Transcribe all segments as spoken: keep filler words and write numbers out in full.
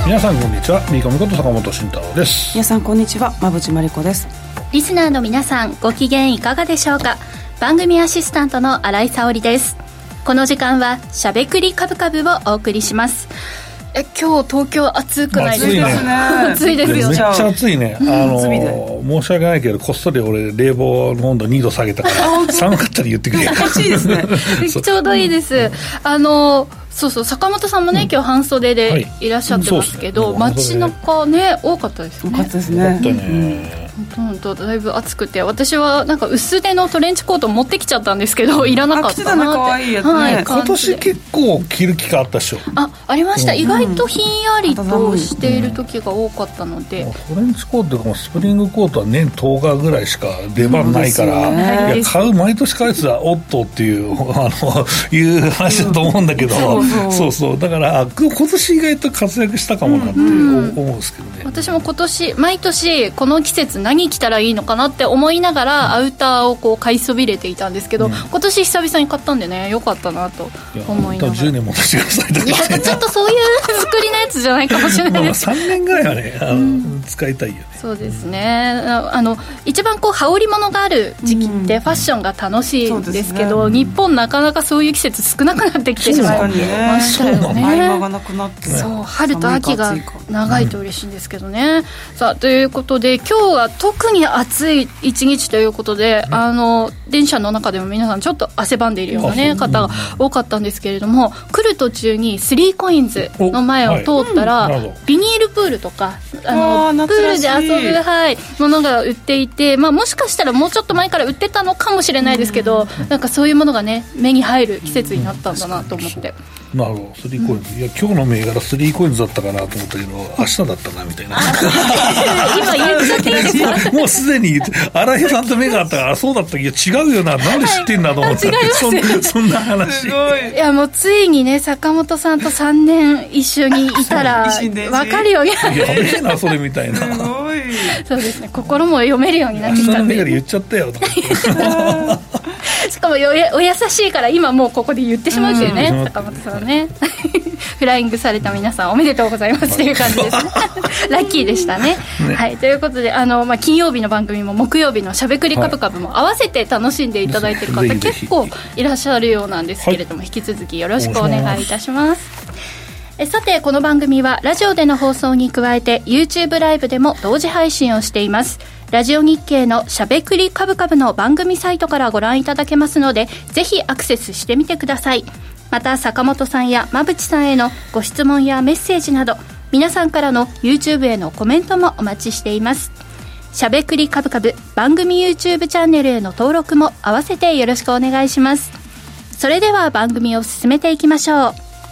皆さんこんにちは、ビーコミこと坂本慎太郎です。 皆さんこんにちは、馬淵真理子です。 リスナーの皆さんご機嫌いかがでしょうか。番組アシスタントの新井沙織です。この時間はしゃべくりカブカブをお送りします。え今日東京暑くないですか。暑いですよ。 めっちゃ暑いね、うん、あの申し訳ないけどこっそり俺冷房の温度にど下げたから寒かったら言ってくれ。 暑いですねちょうどいいです、うん、あのそうそう、坂本さんもね、うん、今日半袖でいらっしゃってますけど、うんはい、街中ね多かったですね。 多かったですね。 多かったね。 本当だいぶ暑くて、私はなんか薄手のトレンチコート持ってきちゃったんですけどいらなかったなって。 着てたね、かわいいやつね、 はい、今年結構着る機会あったでしょ。 あ、ありました、うん、意外とひんやりとしている時が多かったので、 うん、トレンチコートとかスプリングコートは年とおかぐらいしか出番ないから、ね、いや買う毎年買うやつはおっとっていうあのいう話だと思うんだけど、うん、そうそうそうそう、だから今年意外と活躍したかもなって思うんですけどね、うんうん、 私も今年毎年この季節何着たらいいのかなって思いながらアウターをこう買いそびれていたんですけど、うん、今年久々に買ったんでね、よかったなと思いながら。 じゅうねんも出してくださいとか。 いやちょっとそういう作りのやつじゃないかもしれないです。 まあさんねんぐらいはね、あの、うん、使いたいよね。 そうですね、あの一番こう羽織物がある時期ってファッションが楽しいんですけど、うんね、日本なかなかそういう季節少なくなってきてしまいましたよね。 合間がなくなってね、 そう春と秋が長いと嬉しいんですけどね、うん、さあということで今日は特に暑い一日ということで、うん、あの電車の中でも皆さんちょっと汗ばんでいるような、ね、方が多かったんですけれども、来る途中にスリーコインズの前を通ったら、はい、ビニールプールとかあのプールで遊ぶ、はい、ものが売っていて、まあ、もしかしたらもうちょっと前から売ってたのかもしれないですけど、うん、なんかそういうものがね目に入る季節になったんだなと思って、 うん、なるほど、スリーコインズ、うん、いや今日の銘柄スリーコインズだったかなと思ったけど明日だったなみたいな今言っちゃっていいですか。 もうすでに言って新井さんと目があったからそうだったけど違うよな、なんで知ってんだと思って、はい、そ, んそんな話すごい。いやもうついにね坂本さんとさんねん一緒にいたら分かるようになる。 やべえなそれみたいな。すごい。 そうですね、心も読めるようになってきたんで。 明日の目が言っちゃったよとかしかもよお優しいから今もうここで言ってしまうというね、坂本さんねフライングされた皆さんおめでとうございますという感じですねラッキーでした ね, ね、はい、ということであの、まあ、金曜日の番組も木曜日のしゃべくりカブカブも合わせて楽しんでいただいている方、はい、結構いらっしゃるようなんですけれども、はい、引き続きよろしくお願いいたします。えさてこの番組はラジオでの放送に加えて YouTube ライブでも同時配信をしています。ラジオ日経のしゃべくりカブカブの番組サイトからご覧いただけますのでぜひアクセスしてみてください。また坂本さんや馬淵さんへのご質問やメッセージなど皆さんからの YouTube へのコメントもお待ちしています。しゃべくりカブカブ番組 YouTube チャンネルへの登録も合わせてよろしくお願いします。それでは番組を進めていきましょう。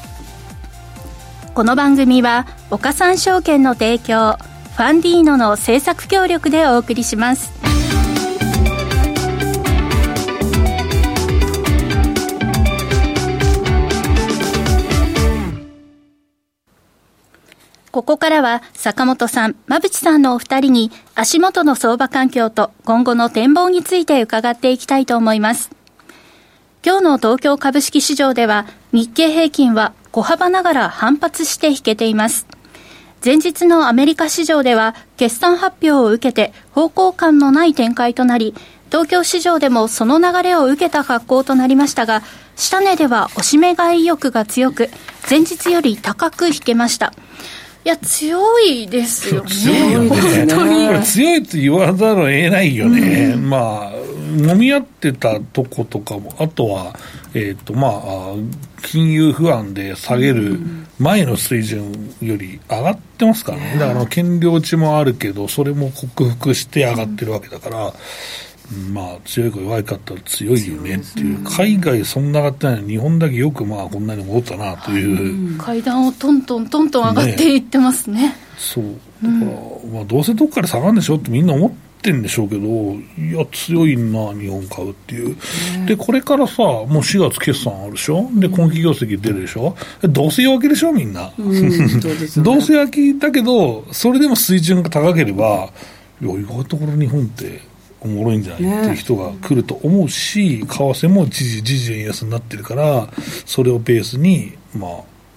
この番組は岡三証券の提供ファンディーノの制作協力でお送りします。ここからは坂本さん、馬淵さんのお二人に足元の相場環境と今後の展望について伺っていきたいと思います。今日の東京株式市場では日経平均は小幅ながら反発して引けています。前日のアメリカ市場では決算発表を受けて方向感のない展開となり、東京市場でもその流れを受けた格好となりましたが、下値では押し目買い意欲が強く、前日より高く引けました。いや強いですよね。 強いよね。本当にこれ強いと言わざるを得ないよね、うん、まあ揉み合ってたとことかも、あとはえっとまあ金融不安で下げる前の水準より上がってますからね。だから権量値もあるけどそれも克服して上がってるわけだから、まあ強いか弱いかったら強いよねっていう、海外そんな上がってないのに日本だけよくまあこんなに戻ったなという、 うん、階段をトントントントン上がっていってますね。ね、 そうだから、うん、まあ、どうせどっかで下がるんでしょってみんな思ってるんでしょうけど、いや強いな日本買うっていう、ね、でこれからさもうしがつ決算あるでしょ、で今期業績出るでしょ、どうせ弱気でしょみんな、うん、そうですね、どうせ弱気だけどそれでも水準が高ければ、いや意外とこれ日本っておもろいんじゃない、ね、っていう人が来ると思うし、為替も一時時々円安になってるから、それをベースにまあ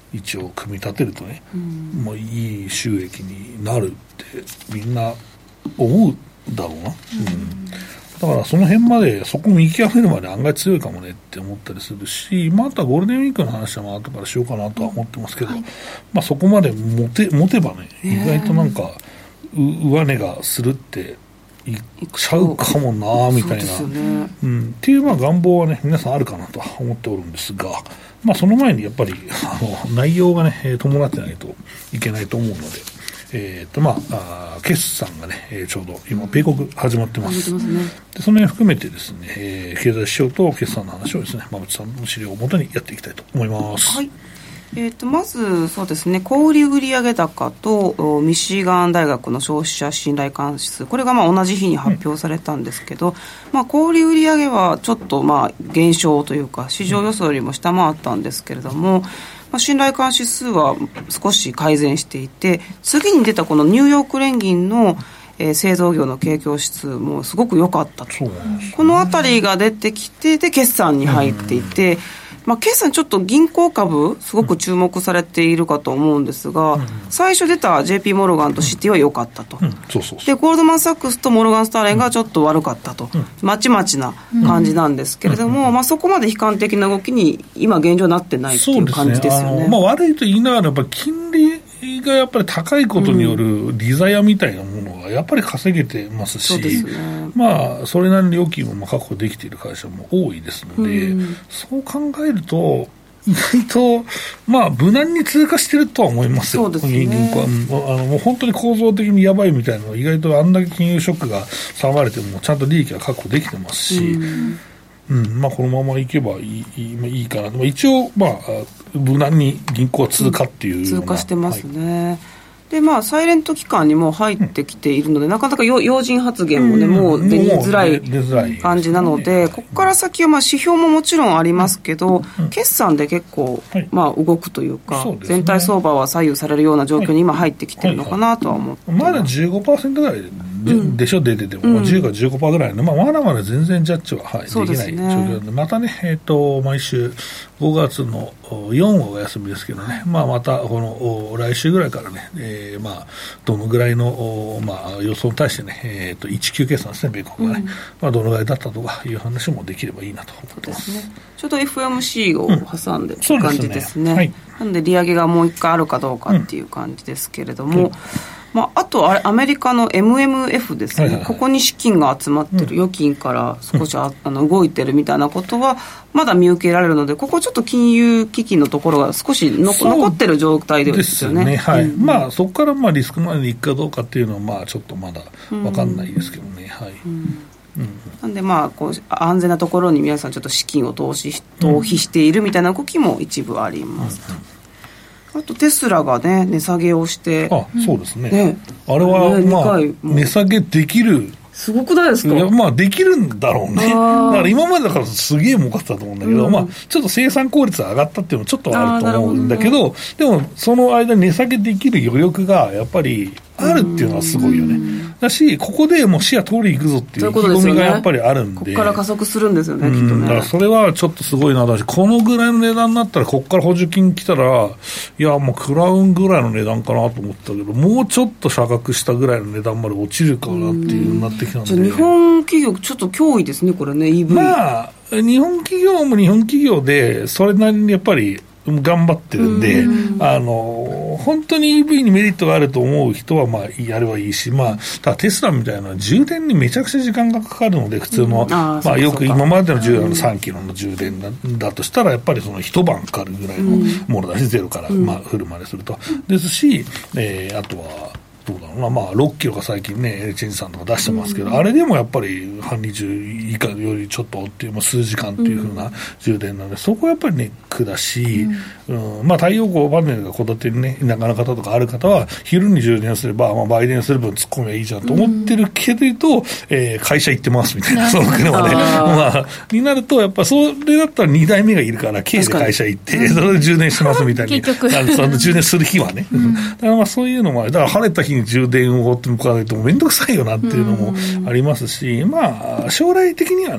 一応組み立てるとね、うんまあ、いい収益になるってみんな思うだろうな、うんうん、だからその辺までそこ見極めるまで案外強いかもねって思ったりするし、まあ、あとはゴールデンウィークの話はまあ後からしようかなとは思ってますけど、はいまあ、そこまで持て、持てばね意外となんか上値がするっていっちゃうかもなみたいな、ねうん、っていうまあ願望はね皆さんあるかなとは思っておるんですが、まあ、その前にやっぱりあの内容がね伴ってないといけないと思うので、えーとまあ、あ決算がね、えー、ちょうど今米国始まってます、ますね、でその辺含めてですね、えー、経済指標と決算の話をですね馬渕さんの資料をもとにやっていきたいと思います。 はいえー、とまずそうですね小売売上高とミシガン大学の消費者信頼感指数これがまあ同じ日に発表されたんですけど、うんまあ、小売売上はちょっとまあ減少というか市場予想よりも下回ったんですけれども、まあ、信頼感指数は少し改善していて次に出たこのニューヨーク連銀のえー、製造業の景況指数もすごく良かったと、ね、このあたりが出てきてで決算に入っていて、うんまあ、決算ちょっと銀行株すごく注目されているかと思うんですが、うん、最初出た ジェーピー モルガンとシティは良かったと、うんうん、そうそうそうでゴールドマンサックスとモルガンスターレンがちょっと悪かったと、うん、まちまちな感じなんですけれども、うんまあ、そこまで悲観的な動きに今現状なってないっていう感じですよね。 そうですね。あの、まあ、悪いと言いながらやっぱり金利がやっぱり高いことによる利ざやみたいなものがやっぱり稼げてますし、そうですね、まあ、それなりに料金も確保できている会社も多いですので、うん、そう考えると意外と、まあ、無難に通過してるとは思いますよ。そうですね、銀行はあのもう本当に構造的にやばいみたいなのは意外とあんだけ金融ショックが騒がれてもちゃんと利益が確保できてますし、うんうんまあ、このままいけばいい、いい、いいかな、まあ、一応、まあ、無難に銀行は通過っていう、うん、 通過してますね、はいでまあ、サイレント期間にも入ってきているので、うん、なかなか要人発言もね、うん、もう出づらい感じなので、うん、ここから先はまあ指標ももちろんありますけど、うん、決算で結構、まあ、動くというか、はい、全体相場は左右されるような状況に今入ってきてるのかなとは思ってます、 はいはいはい、まだ じゅうごパーセント ぐらいで、うん、でしょ出てても、うん、じゅうからじゅうごパーセント ぐらいで、まあ、まだまだ全然ジャッジは、はい、できない状況で、ね、またね、えーと、毎週ごがつのよんが休みですけどね、まあ、またこの来週ぐらいからね、えー、まあどのぐらいの、まあ、予想に対してね、えー、といち級決算ですね、米国がね、うんまあ、どのぐらいだったとかいう話もできればいいなと思ってます。 そうですね、ちょうど エフエムシー を挟んでっていう感じですね、うん、そうですね、はい、なので利上げがもう一回あるかどうかっていう感じですけれども、うんまあ、あとあれアメリカの エムエムエフ ですね、はいはいはい、ここに資金が集まってる、うん、預金から少しあ、あの動いてるみたいなことはまだ見受けられるので、ここちょっと金融危機のところが少しの残ってる状態ですよね。 ですね、はいうんまあ、そこからまあリスクまで行くかどうかっていうのはまあちょっとまだ分かんないですけどね、はいうんうん、 なんでまあこう安全なところに皆さんちょっと資金を投資投資しているみたいな動きも一部あります、うんうんあとテスラがね値下げをしてあそうですね、ねあれは、まあ、値下げできるすごくないですか。 いやまあできるんだろうね。だから今までだからすげえ儲かってたと思うんだけど、うん、まあちょっと生産効率が上がったっていうのもちょっとあると思うんだけど、でもその間に値下げできる余力がやっぱりあるっていうのはすごいよね。だしここでもう視野通り行くぞっていう意気込みがやっぱりあるんで、 ここから加速するんですよね、きっとね。 だからそれはちょっとすごいな。だしこのぐらいの値段になったらここから補助金来たらいやもうクラウンぐらいの値段かなと思ったけど、もうちょっと差額したぐらいの値段まで落ちるかなっていうになってきたんで、 じゃあ日本企業ちょっと脅威ですねこれね。 イーブイまあ日本企業も日本企業でそれなりにやっぱり頑張ってるんで、うんあの本当に イーブイ にメリットがあると思う人はまあやればいいし、まあ、ただテスラみたいなのは充電にめちゃくちゃ時間がかかるので普通の、うんあまあ、よく今までの充電のさんキロの充電 だ,、うん、だとしたらやっぱりその一晩かかるぐらいのものだし、うん、ゼロから、まあ、フルまでするとですし、えー、あとはどうだろうな、まあ、ろっキロが最近ねエルチェンジさんとか出してますけど、うん、あれでもやっぱり半日以下よりちょっとっていう、まあ、数時間っていう風な充電なので、うん、そこはやっぱりネックだし、うんうんまあ、太陽光パネルが戸建てにね田舎の方とかある方は昼に充電すれば、まあ、売電する分突っ込めばいいじゃんと思ってるけれど、うんえー、会社行ってますみたいなその車で、まあ、になるとやっぱそれだったらにだいめがいるから軽で会社行ってそれで充電しますみたいに結局その充電する日はね、うん、だからまあそういうのもある。だから晴れた日に充電をって向かないと面倒くさいよなっていうのもありますし、うん、まあ将来的にはね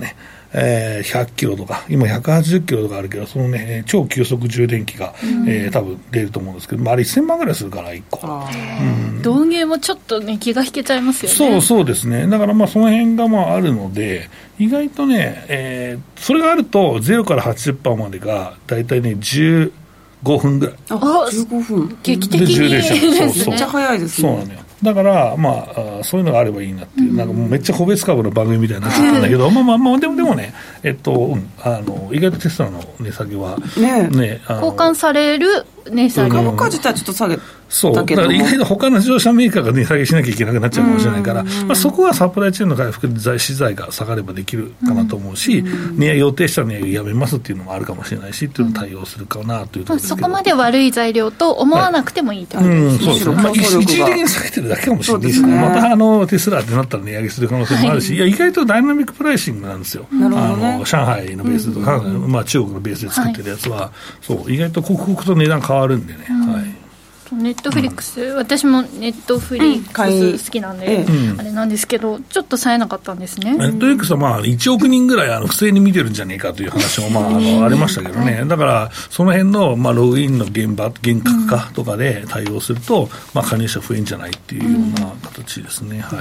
えー、ひゃっキロとか今ひゃくはちじゅっキロとかあるけど、そのね超急速充電器が、うんえー、多分出ると思うんですけど、まあ、あれせんまんぐらいするからいっこ、 うん、導入もちょっとね気が引けちゃいますよね。 そうそうですね。だからまあその辺がまああるので、意外とね、えー、それがあるとゼロから はちじゅっパーセント までがだいたいねじゅうごふんぐらい。 あ、じゅうごふん劇的に充電車そうそうめっちゃ早いですね。 そうなのよ。だから、まあ、あそういうのがあればいいなっていう、うん、なんかもうめっちゃ個別株の番組みたいになっちゃったんだけど、まあまあまあ、でもでもね、えっと、うん、あの、意外とテスラの値下げは、 ね、 ね、 交換される値下げ。 株価自体ちょっと下げそう、だから意外と他の自動車メーカーが値下げしなきゃいけなくなっちゃうかもしれないから、まあ、そこはサプライチェーンの回復で資材が下がればできるかなと思うし、値上げ予定したら値上げやめますっていうのもあるかもしれないしっていうのを対応するかなというところですけど、 そこまで悪い材料と思わなくてもいいと思います、 はい、うん、そうですね、まあ、一時的に下げてるだけかもしれないですけど、またあのテスラってなったら値上げする可能性もあるし、はい、いや意外とダイナミックプライシングなんですよ、 なるほどね、 あの上海のベースとか、うんまあ、中国のベースで作ってるやつは、はい、そう意外と刻々と値段変わるんでね、うんはい、 ネットフリックス、うん、私もネットフリックス好きなんで、うん、あれなんですけどちょっと冴えなかったんですね。 ネットフリックスはまあいちおくにんぐらいあの不正に見てるんじゃねえかという話もまああのありましたけどね、だからその辺のまあログインの現場厳格化とかで対応すると、まあ加入者増えんじゃないっていうような形ですね、はい、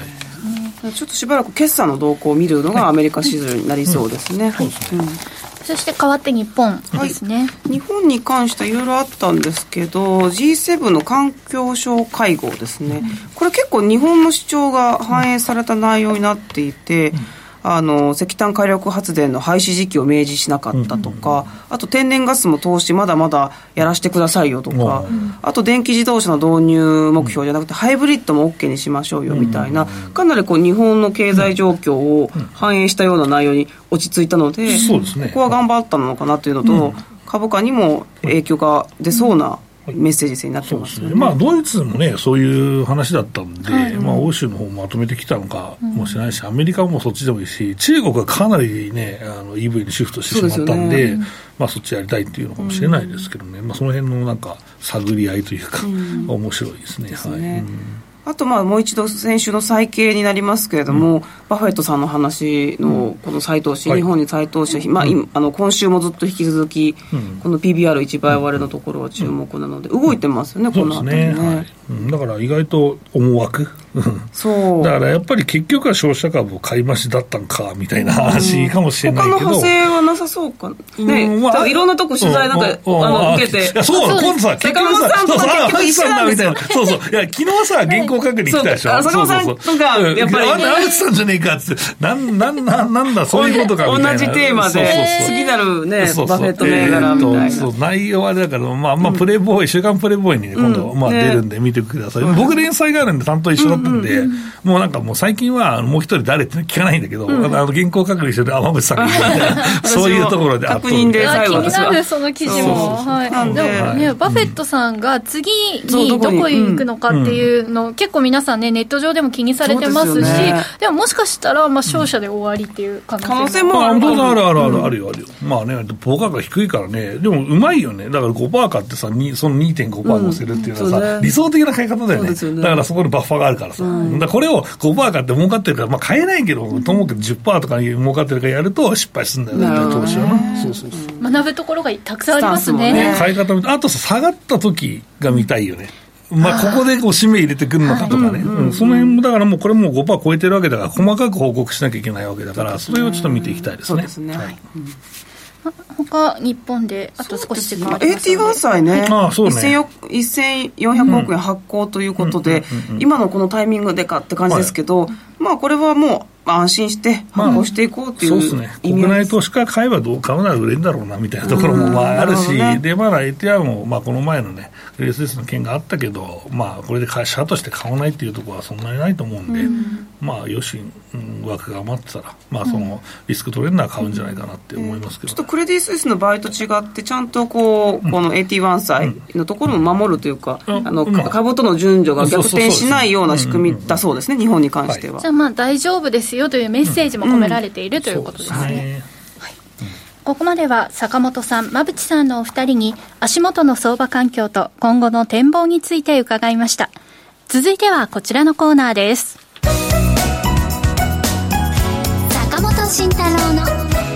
ちょっとしばらく決算の動向を見るのがアメリカ市場になりそうですね。 そして変わって日本ですね、 はい、日本に関していろいろあったんですけど ジーセブン の環境省会合ですね、うん、これ結構日本の主張が反映された内容になっていて、うんあの石炭火力発電の廃止時期を明示しなかったとか、うんうんうん、あと天然ガスも投資まだまだやらせてくださいよとか、うん、あと電気自動車の導入目標じゃなくてハイブリッドも OK にしましょうよみたいな、うんうん、かなりこう日本の経済状況を反映したような内容に落ち着いたので、うんそうですね、ここは頑張ったのかなというのと、うん、株価にも影響が出そうなメッセージ性になってますよね。 まあ、ドイツもねそういう話だったんで、はいまあ、欧州の方もまとめてきたのかもしれないし、うん、アメリカもそっちでもいいし中国はかなりねあの イーブイ にシフトしてしまったん で, で、ねまあ、そっちやりたいっていうのかもしれないですけどね、うんまあ、その辺のなんか探り合いというか、うん、面白いですね。ですね、はいうんあとまあもう一度先週の再掲になりますけれども、うん、バフェットさんの話のこの再投資、うん、日本に再投資、はいまあうん、あの今週もずっと引き続き、うん、この ピービーアールいち 倍割れのところは注目なので、動いてますよね、うん、このあたりね。そうですね、はいうん、だから意外と思惑そうだからやっぱり結局は消費者株を買い増しだったんかみたいな話かもしれないけど、 他の派生はなさそうかね、うんまあ、いろんなとこ取材なんか、うん、あの受けてそう今度さ坂本さんとか結局一緒なんですよ。 そうそういや昨日さ原稿確認来たでしょ、はい、 坂本さんとかやっぱりあんなさんじゃねえかっつってなんなんなんなんだそういうことかみたいな同じテーマで次なるねそうそうそうバフェット銘柄みたいな、えー、そう内容はあれだからまあまあプレイボーイ、うん、週刊プレイボーイに、ね、今度、まあ、出るんで見てください、うん、僕連載があるんで担当一緒だったんで、うんうんうん、もうなんかもう最近はもう一人誰って聞かないんだけど、うん、あの原稿確認してる天口さんみたいなそういうところで確認で最後気になるその記事もはい、でもね、バフェットさんが次にどこへ行くのかっていうの、うん、結構皆さんねネット上でも気にされてますし、で, す、ね、でももしかしたらまあ勝者で終わりっていう可能性もある、 うん、あるあるあるあるよあるよ、うん、まあねポーカーが低いからね、でもうまいよね。だから ごパーセント 買ってさその にてんごパーセント 乗せるっていうのはさ、うんね、理想的な買い方だよ ね, よね。だからそこにバッファーがあるからさ、うん、だからこれを ごパーセント 買って儲かってるから、まあ、買えないけど、うん、ともかく じゅっパーセント とか儲かってるからやると失敗するんだよね、投資はな。そうそうそう、 学ぶところがたくさんありますね。 ね買い方もあとさ下がった時が見たいよね。まあ、ここでこう締め入れてくるのかとかね、はいうんうんうん、その辺もだからもうこれもう ごパーセント 超えてるわけだから細かく報告しなきゃいけないわけだからそれをちょっと見ていきたいですね。そうですね、はいうん他日本であと少し時間ありますので、 エーティーワン 債ね、 ああそうねせんよんひゃくおくえん発行ということで、うんうんうんうん、今のこのタイミングでかって感じですけど、はい、まあこれはもう安心して発行していこうっていう、まあ、そうですね、国内投資家買えばどう買うなら売れるんだろうなみたいなところもまああるし、ね、でまだ エーティーアール もまあこの前のね エルエスエス の件があったけど、まあこれで会社として買わないっていうところはそんなにないと思うんで、うん、まあ余震枠が余ってたらまあそのリスク取れるのは買うんじゃないかなって思いますけど、ね、 ちょっとクレディ・スイスの場合と違ってちゃんとこうこの エーティーワン 債のところも守るというか、うん、あの、うん、株との順序が逆転しないような仕組みだそうですね、日本に関しては、はい、 じゃあまあ大丈夫ですよというメッセージも込められている、うん、ということですね、はい、ここまでは坂本さん馬淵さんのお二人に足元の相場環境と今後の展望について伺いました。続いてはこちらのコーナーです。 坂本慎太郎の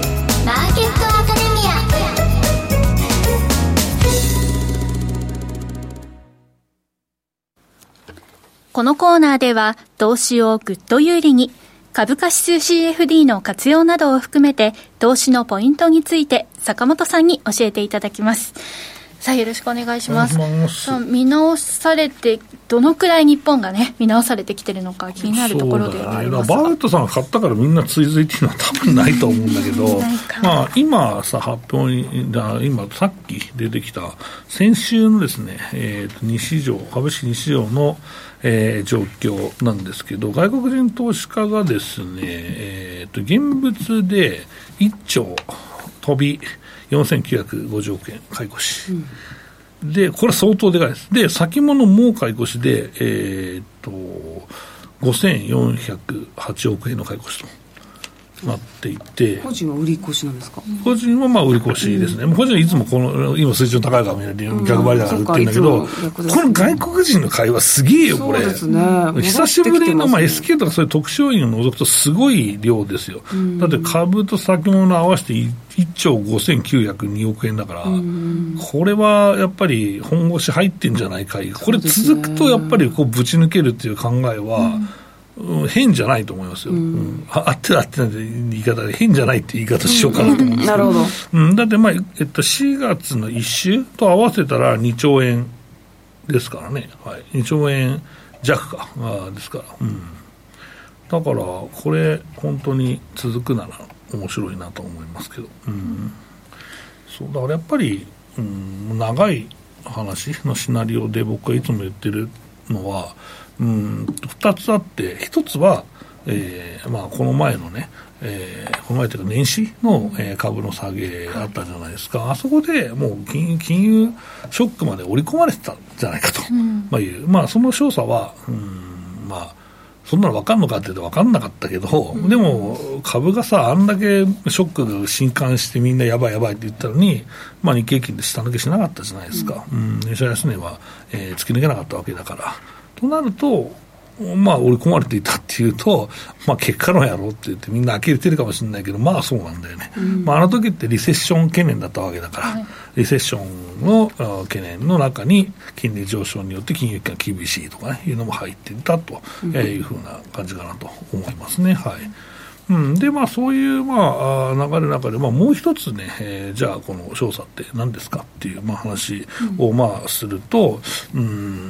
マーケットアカデミア。 このコーナーでは投資をぐっと有利に、株価指数 シーエフディー の活用などを含めて投資のポイントについて坂本さんに教えていただきます。さあよろしくお願いします。さあ見直されてどのくらい日本がね見直されてきてるのか気になるところではありますが、 バーレットさんが買ったからみんな追随っていうのは多分ないと思うんだけどまあ今さ発表に今さっき出てきた先週のですね、えー、とに市場株式に市場のえー、状況なんですけど、外国人投資家がですね、えー、と現物でいっちょう飛びよんせんきゅうひゃくごじゅうおくえん買い越し、うん、でこれは相当でかいです。で先物も買い越しで、えー、とごせんよんひゃくはちおくえんの買い越しとなっていて、 個人は売り越しなんですか？ 個人はまあ売り越しですね、うん、個人はいつもこの今水準高いからみたいな逆張りだから売ってるんだけど、うん、この外国人の買いはすげえよこれ。そうですね、久しぶりの、まあ、エスケー とかそういう特殊要因を除くとすごい量ですよ、うん、だって株と先物合わせていっちょうごせんきゅうひゃくにおくえんだから、うん、これはやっぱり本腰入ってんじゃないかい。これ続くとやっぱりこうぶち抜けるっていう考えは、うんうん、変じゃないと思いますよ、うんうん、あ, あってあってなんて言い方で変じゃないって言い方しようかなと思うんですけど、うんうん、なるほど、うん、だって、まあえっと、しがつの一週と合わせたらにちょうえんですからね、はい、にちょうえん弱かあですから、うん、だからこれ本当に続くなら面白いなと思いますけど、うん、そうだからやっぱり、うん、長い話のシナリオで僕がいつも言ってるのはうん、ふたつあって、ひとつは、えーまあ、この前のね、えー、この前というか年始の、えー、株の下げあったじゃないですか。あそこでもう 金, 金融ショックまで織り込まれてたんじゃないかと、うんまあ、いう、まあ、その詳細は、うんまあ、そんなの分かんのかって言うと分かんなかったけど、うん、でも株がさあんだけショックが震撼してみんなやばいやばいって言ったのに、まあ、日経平均で下抜けしなかったじゃないですか、うんうん、年初安値は、えー、突き抜けなかったわけだからとなると、まあ、織り込まれていたっていうと、まあ、結果論やろうって言ってみんな呆れてるかもしれないけど、まあそうなんだよね、うんまあ、あの時ってリセッション懸念だったわけだから、はい、リセッションの懸念の中に金利上昇によって金融機関厳しいとかねいうのも入っていたというふうな感じかなと思いますね、はいうん、でまあそういう、まあ、流れの中で、まあ、もう一つね、えー、じゃあこの調査って何ですかっていう、まあ、話を、まあ、すると、うん、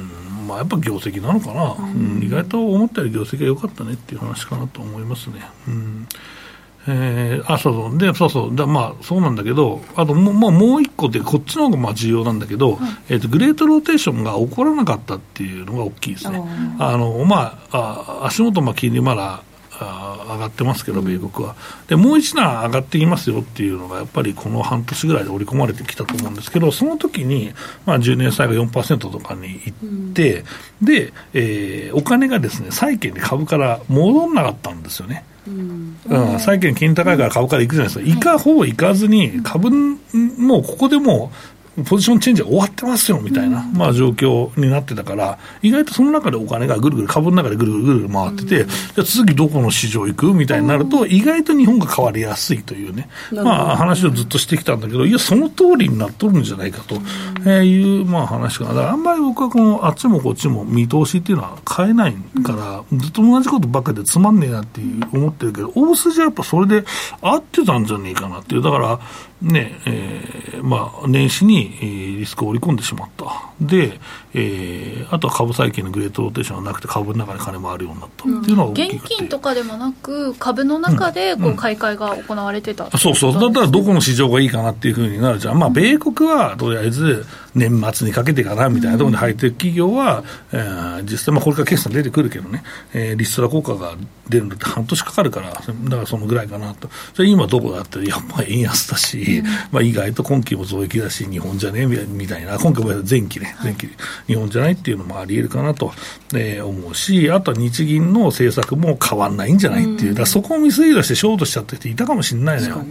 まあ、やっぱ業績なのかな、うんうん、意外と思ったより業績が良かったねっていう話かなと思いますね、うんえー、あそうそうでそうそうだまあそうなんだけどあとも、まあ、もう一個でこっちの方がまあ重要なんだけど、はいえー、とグレートローテーションが起こらなかったっていうのが大きいですね。あの、まあ、あ足元まあ金利まだ上がってますけど米国はでもう一段上がってきますよっていうのがやっぱりこの半年ぐらいで織り込まれてきたと思うんですけどその時に、まあ、じゅうねん債が よんパーセント とかに行って、うん、で、えー、お金がですね債券に株から戻らなかったんですよね。うんうん、債券金利高いから株から行くじゃないですか、うん、いかほぼ行かずに株もうここでもうポジションチェンジは終わってますよみたいな、うんまあ、状況になってたから意外とその中でお金がぐるぐる株の中でぐるぐるぐるぐる回ってて、うん、じゃあ次どこの市場行くみたいになると意外と日本が変わりやすいというね、まあ、話をずっとしてきたんだけどいやその通りになっとるんじゃないかと、うんえー、いう、まあ、話かな。だからあんまり僕はこのあっちもこっちも見通しっていうのは変えないから、うん、ずっと同じことばっかりでつまんねえなって思ってるけど大筋はやっぱそれで合ってたんじゃねえかなっていう。だからねえーまあ、年始に、えー、リスクを織り込んでしまったで、えー、あとは株債券のグレートローテーションがなくて株の中に金回るようになったっていうのは大きくて、うん、現金とかでもなく株の中でこう買い替えが行われてた、 うんうん、そうそうだったらどこの市場がいいかなっていうふうになるじゃん、まあ、米国はとりあえず年末にかけてかなみたいなところで入ってる企業は、うんえー、実際、まあ、これから決算出てくるけどね、えー、リストラ効果が出るのって半年かかるからだからそのぐらいかなと。じゃあ今どこだってやっぱり円安だし、うんまあ、意外と今期も増益だし日本じゃねえみたいな今期も前期ね前期日本じゃないっていうのもあり得るかなと、えー、思うしあとは日銀の政策も変わんないんじゃないっていう、うん、だからそこをミスリードしてショートしちゃった人いたかもしれないのよ、うん、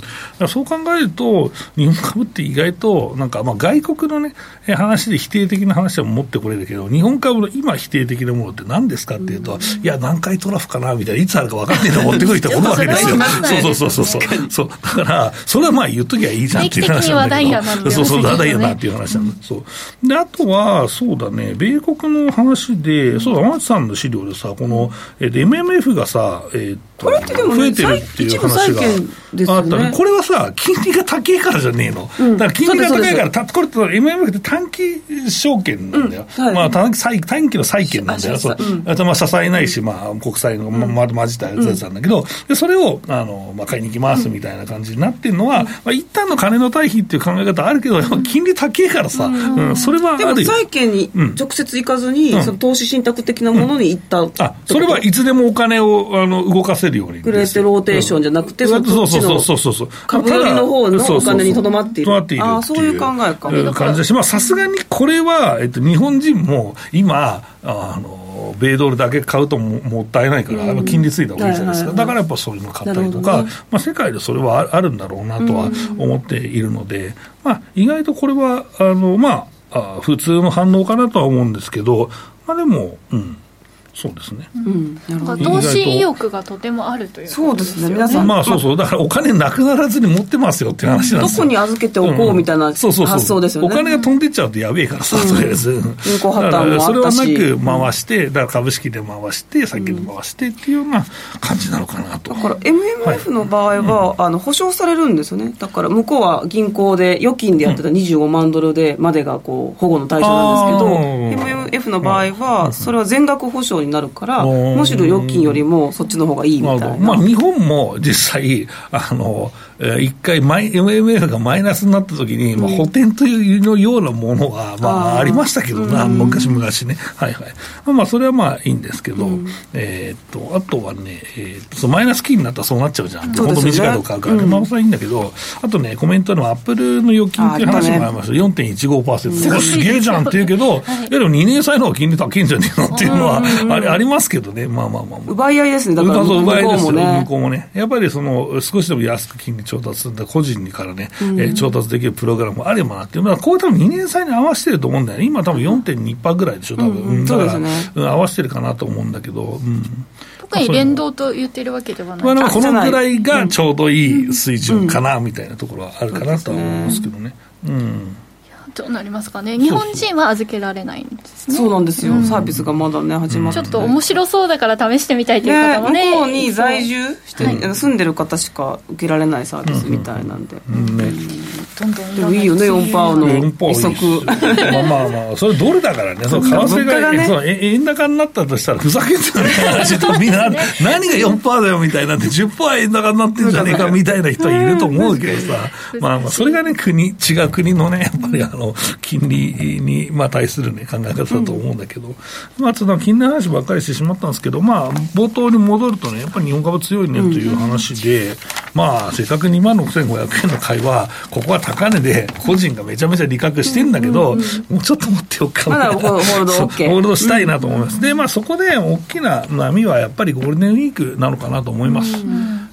そう考えると日本株って意外となんかまあ外国の、ね、話で否定的な話は持ってこれるけど、日本株の今否定的なものって何ですかっていうと、うん、いや南海トラフかなみたいな、いつあるか分かんないと持ってくる人がおるわけですよそうそうそうそうそうだからそれはまあ言っときゃいいじゃんっていう話なんだけど、そうそう話題やなっていう話なんだ、うん、そうであとはそうだね、米国の話で、そうだ、天地さんの資料でさ、この、えー、エムエムエフ がさ、えー、とこれってでも、ね、 増えてるっていう話があったね。これはさ、金利が高いからじゃねえの、うん、だから金利が高いから、たこれって エムエムエフ って短期証券なんだよ、うんはいまあ、短短期の債券なんだよ、そう、うん、あとまあ支えないし、まあ、国債の、まま、混じったやつなんだけど、うん、でそれをあの、まあ、買いに行きますみたいな感じになってるのは、うんまあ、一旦の金の対比っていう考え方あるけど、やっぱ金利高いからさ、うんうん、それはあるよ。 でも債券に直接行かずに、うん、その投資信託的なものに行った、うん、 あそれはいつでもお金をあの動かせるようにグレーテローテーションじゃなくて、 うん、そっちの株売りの方のお金にとどまっている、 ああそういう考えか感じだし、まあさすがにこれは、えっと、日本人も今あの米ドルだけ買うと も, もったいないから、うん、金利ついた方がいいじゃないですか、はいはいはい、だからやっぱそういうの買ったりとか、ねまあ、世界でそれはあるんだろうなとは思っているので、うんまあ、意外とこれはあの、まあ、あ普通の反応かなとは思うんですけど、まあ、でも、うんそうですね、うん、 なるほど。投資意欲がとてもあるということですよね。 そうですね、皆さん、 まあそうそう、だからお金なくならずに持ってますよっていう話なんですよ。 どこに預けておこうみたいな発想ですよね。 お金が飛んでっちゃうとやべえからさ、とりあえず銀行破綻もあったし、 それはなく回して、だから株式で回して債券で回してっていうような感じなのかなと。 だから エムエムエフ の場合は、はい、あの保証されるんですよね。だから向こうは銀行で預金でやってたにじゅうごまんドルでまでがこう保護の対象なんですけど、 エムエムエフ の場合はそれは全額保証になるから、むしろ預金よりもそっちの方がいいみたいな。 まあ、日本も実際あの一回エムエムエフ がマイナスになった時に、うん、まあ、補填というのようなものは、まあ、ありましたけどな、うん、昔々ね、はいはい、まあそれはまあいいんですけど、うん、えー、っとあとはね、えー、っとそのマイナス金になったらそうなっちゃうじゃん、本当短いとこ買うからね、うん、まあそれはいいんだけど、あとねコメントでもアップルの預金っていう話もありました、ね、よんてんいちごパーセント、これすげえじゃんって言うけど、はい、でもにねん債の方が金利高いんじゃねえのっていうのはあれありますけどね、まあまあまあ、まあ、 奪い合いですね、だから向こうもね、 向こうもね、やっぱりその少しでも安く金利調達するんだ、個人からね、うんえー、調達できるプログラムもあればなっていう、まあ、こう多分にねん債に合わせてると思うんだよね。今多分 よんてんにパーセント ぐらいでしょ多分、うんうん、だから、ねうん、合わせてるかなと思うんだけど、うん、 特に連動と言ってるわけではない、 まあ、このぐらいがちょうどいい水準かなみたいなところはあるかなとは思いますけどね、うんうんどうなりますかね。日本人は預けられないんですね。 そうなんですよ、うん、サービスがまだね始まって、 ちょっと面白そうだから試してみたいという方もね、 向こうに在住して、はい、住んでる方しか受けられないサービスみたいなんで、うんうんうんね、 どんどんでもいいよね、 よんパーセント の利息まあまあまあそれドルだからね、その為替が、ね、その円高になったとしたらふざけてない話とみんな何が よんパーセント だよみたいなって じゅっパーセント 円高になってんじゃねえかみたいな人いると思うけどさまあまあそれがね国違う国のねやっぱりあの金利に、まあ、対する、ね、考え方だと思うんだけど、うんまあ、ちょっと金利の話ばっかりしてしまったんですけど、まあ、冒頭に戻るとねやっぱり日本株強いねという話で、うんまあ、せっかくにまんろくせんごひゃくえんの買いはここは高値で個人がめちゃめちゃ利確してんだけど、うんうんうん、もうちょっと持っておくかな、 まだホールド OK ホールドしたいなと思います、うん、で、まあ、そこで大きな波はやっぱりゴールデンウィークなのかなと思います、うん、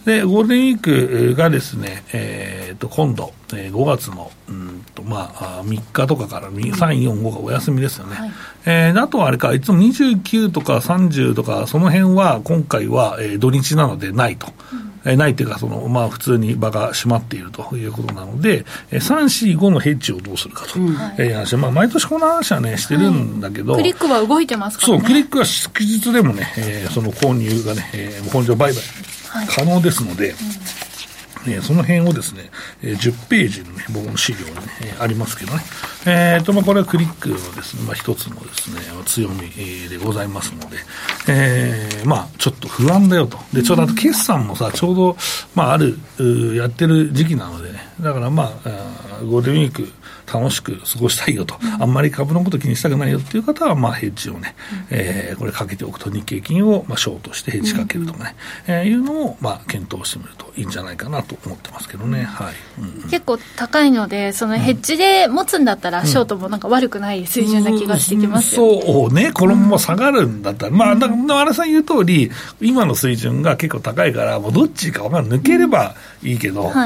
でゴールデンウィークがですね、えー、と今度ごがつのうんと、まあ、みっかとかからさん、よん、ごがお休みですよね、はいえー、あとはあれかいつもにじゅうきゅうとかさんじゅうとかその辺は今回は、えー、土日なのでないと、うんえー、ないというかその、まあ、普通に場が閉まっているということなので、えー、さん、よん、ごのヘッジをどうするかという話で、うんまあ、毎年この話はねしてるんだけど、 はい、クリックは動いてますからね。 そうクリックは祝日でもね、えー、その購入がね、えー、本上売買可能ですので、はいうんえー、その辺をですね、えー、じゅっページのね、僕の資料に、ねえー、ありますけどね、えーとまあ、これはクリックのですね、まあ、一つのですね、強み、えー、でございますので、えー、まあ、ちょっと不安だよと。で、ちょうどあと決算もさ、ちょうど、まあ、ある、やってる時期なのでね、だからまあ、あゴールデンウィーク、楽しく過ごしたいよと、うん、あんまり株のこと気にしたくないよっていう方は、まあ、ヘッジをね、うんえー、これかけておくと日経金を、まあ、ショートしてヘッジかけるとかね、うんえー、いうのを、まあ、検討してみるといいんじゃないかなと思ってますけどね、はいうん、 結構高いのでそのヘッジで持つんだったら、うん、ショートもなんか悪くない水準な気がしてきますよね、 うん、そうね、このまま下がるんだったら、うん、まあ、だから原さん言う通り今の水準が結構高いからもうどっちか分からん抜ければいいけど、うんはい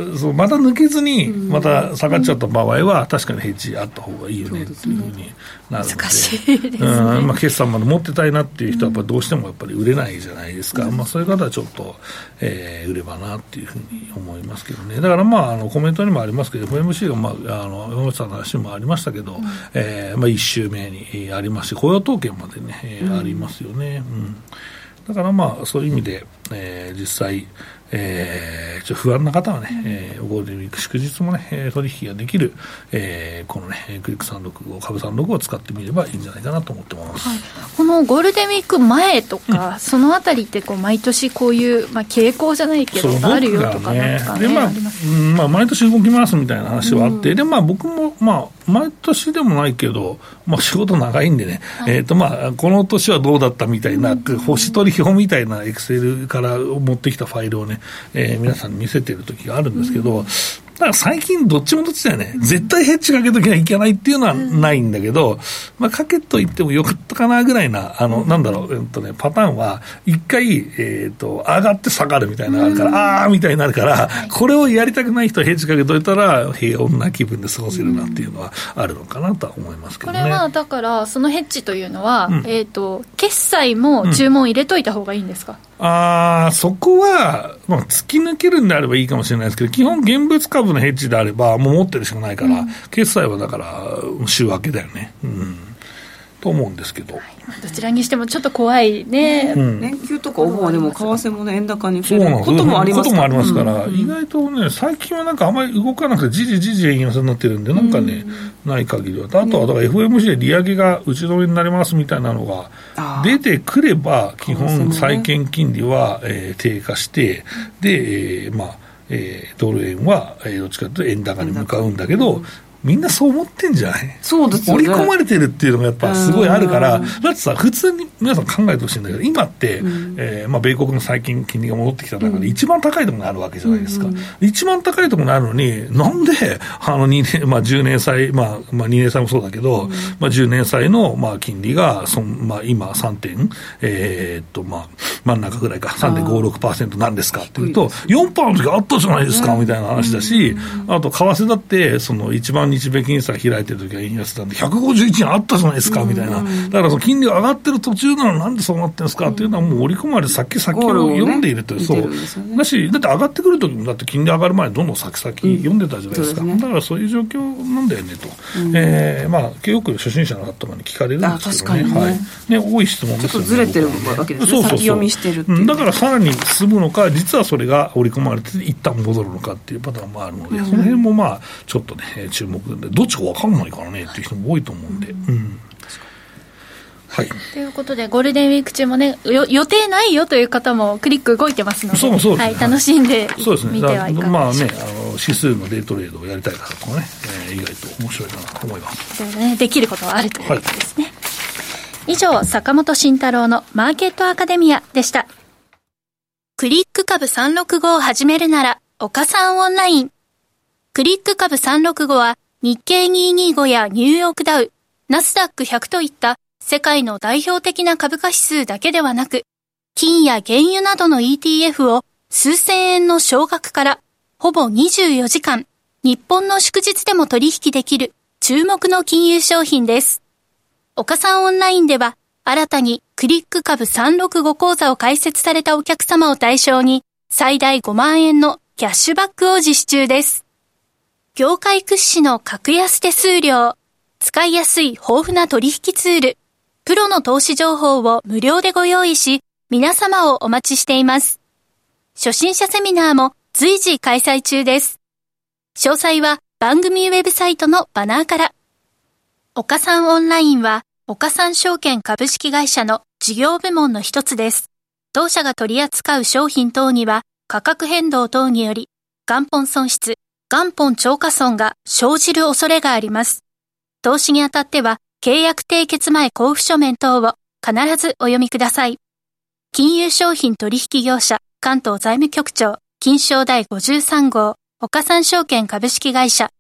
そうまた抜けずにまた下がっちゃった場合は確かにヘッジあった方がいいよねっていうふうになるので、 難しいですね、 うんまあ、決算まで持ってたいなっていう人はやっぱどうしてもやっぱり売れないじゃないですか、うんまあ、そういう方はちょっと、えー、売ればなっていうふうに思いますけどね。だからまああのコメントにもありますけど エフエムシー が、まあ、あの山本さんの話もありましたけど、うんえーまあ、いっ週目にありますし雇用統計までね、えーうん、ありますよね、うん、だからまあそういう意味で、えー、実際えー、ちょっと不安な方はね、うんえー、ゴールデンウィーク祝日もね取引ができる、えー、このねクリックさんろくご株さんろくごを使ってみればいいんじゃないかなと思ってます、 はい、このゴールデンウィーク前とか、うん、そのあたりってこう毎年こういう、まあ、傾向じゃないけどあるよとかなんかね、 でまあ、うんまあ、毎年動きますみたいな話はあって、うん、でまあ僕もまあ毎年でもないけど、まあ、仕事長いんでね、はいえーとまあ、この年はどうだったみたいな、うん、星取り表みたいなエクセルから持ってきたファイルをね、えー、皆さんに見せてる時があるんですけど、うんだから最近どっちもどっちだよね、うん、絶対ヘッジかけときゃいけないっていうのはないんだけど、うんまあ、かけといってもよかったかなぐらいなあの、うん、なんだろう、えっとね、パターンは一回、えー、と上がって下がるみたいなのがあるから、うん、あーみたいになるから、はい、これをやりたくない人はヘッジかけといたら平穏な気分で過ごせるなっていうのはあるのかなとは思いますけどね。 これはだからそのヘッジというのは、うんえー、と決済も注文入れといた方がいいんですか、 うん、あそこは、まあ、突き抜けるんであればいいかもしれないですけど基本現物株のヘッジであればもう持ってるしかないから、うん、決済はだから週明けだよね、うん、と思うんですけど、はい、 どちらにしてもちょっと怖いね、 うん、連休とかお盆はでも為替も、ね、円高に増えることもありますから、 こともありますから、うん、意外とね最近はなんかあまり動かなくてじじじじ円安になってるんでなんかね、うん、ない限りはあとはだから エフエムシー で利上げが打ち止めになりますみたいなのが出てくれば基本債券金利は、えー、低下してで、えー、まあえー、ドル円は、えー、どっちかというと円高に向かうんだけど、うん、みんなそう思ってんじゃない？ そうですよね。 織り込まれてるっていうのがやっぱすごいあるから、だってさ普通に皆さん考えてほしいんだけど今って、うんえーまあ、米国の最近金利が戻ってきた中で一番高いところにあるわけじゃないですか、うんうん、一番高いところにあるのになんであのにねん、まあ、じゅうねん債、まあまあ、にねん債もそうだけど、うんまあ、じゅうねん債の、まあ、金利がそん、まあ、今さんてん、えーっとまあ、真ん中ぐらいか さんてんごろくパーセント なんですかっていうと よんパーセント の時あったじゃないですか、うん、みたいな話だし、うん、あと為替だってその一番日米金債開いてる時は円安なんでひゃくごじゅういちえんあったじゃないですかみたいな、うん、だからその金利が上がってる途中なのなんでそうなってるんですかっていうのはもう織り込まれて先々を読んでいるという、ね、そうだしだって上がってくる時もだって金利上がる前にどんどん先々読んでたじゃないですか、うん、だからそういう状況なんだよねと、うんえー、まあよく初心者の方とかに聞かれるんですけどね、 ね、 はいね、多い質問ですよね。 ちょっとずれてるわけですね。そうそうそう先読みしてるっていう、 うん、だからさらに進むのか実はそれが織り込まれて一旦戻るのかっていうパターンもあるので、うん、その辺もまあちょっとね注目でどっちか分かんないからねっていう人も多いと思うんで、うんうんはい、 ということでゴールデンウィーク中もね予定ないよという方もクリック動いてますので、 そうそうですね、 はい、楽しんでそうですね、 見てはいかがでしょうか。 まあね、あの指数のデイトレードをやりたい方とかね、えー、意外と面白いかなと思います。 で, ね、できることはあるということですね、はい、以上坂本慎太郎のマーケットアカデミアでした。クリック株さんろくごを始めるなら岡さんオンライン。クリック株さんろくごは日経にひゃくにじゅうごやニューヨークダウ、ナスダックひゃくといった世界の代表的な株価指数だけではなく、金や原油などの イーティーエフ を数千円の少額からほぼにじゅうよじかん、日本の祝日でも取引できる注目の金融商品です。岡さんオンラインでは新たにクリック株さんろくご講座を開設されたお客様を対象に最大ごまんえんのキャッシュバックを実施中です。業界屈指の格安手数料、使いやすい豊富な取引ツール、プロの投資情報を無料でご用意し、皆様をお待ちしています。初心者セミナーも随時開催中です。詳細は番組ウェブサイトのバナーから。岡さんオンラインは、岡さん証券株式会社の事業部門の一つです。当社が取り扱う商品等には、価格変動等により、元本損失、元本超過損が生じる恐れがあります。投資にあたっては、契約締結前交付書面等を必ずお読みください。金融商品取引業者関東財務局長金商第ごじゅうさん号岡三証券株式会社。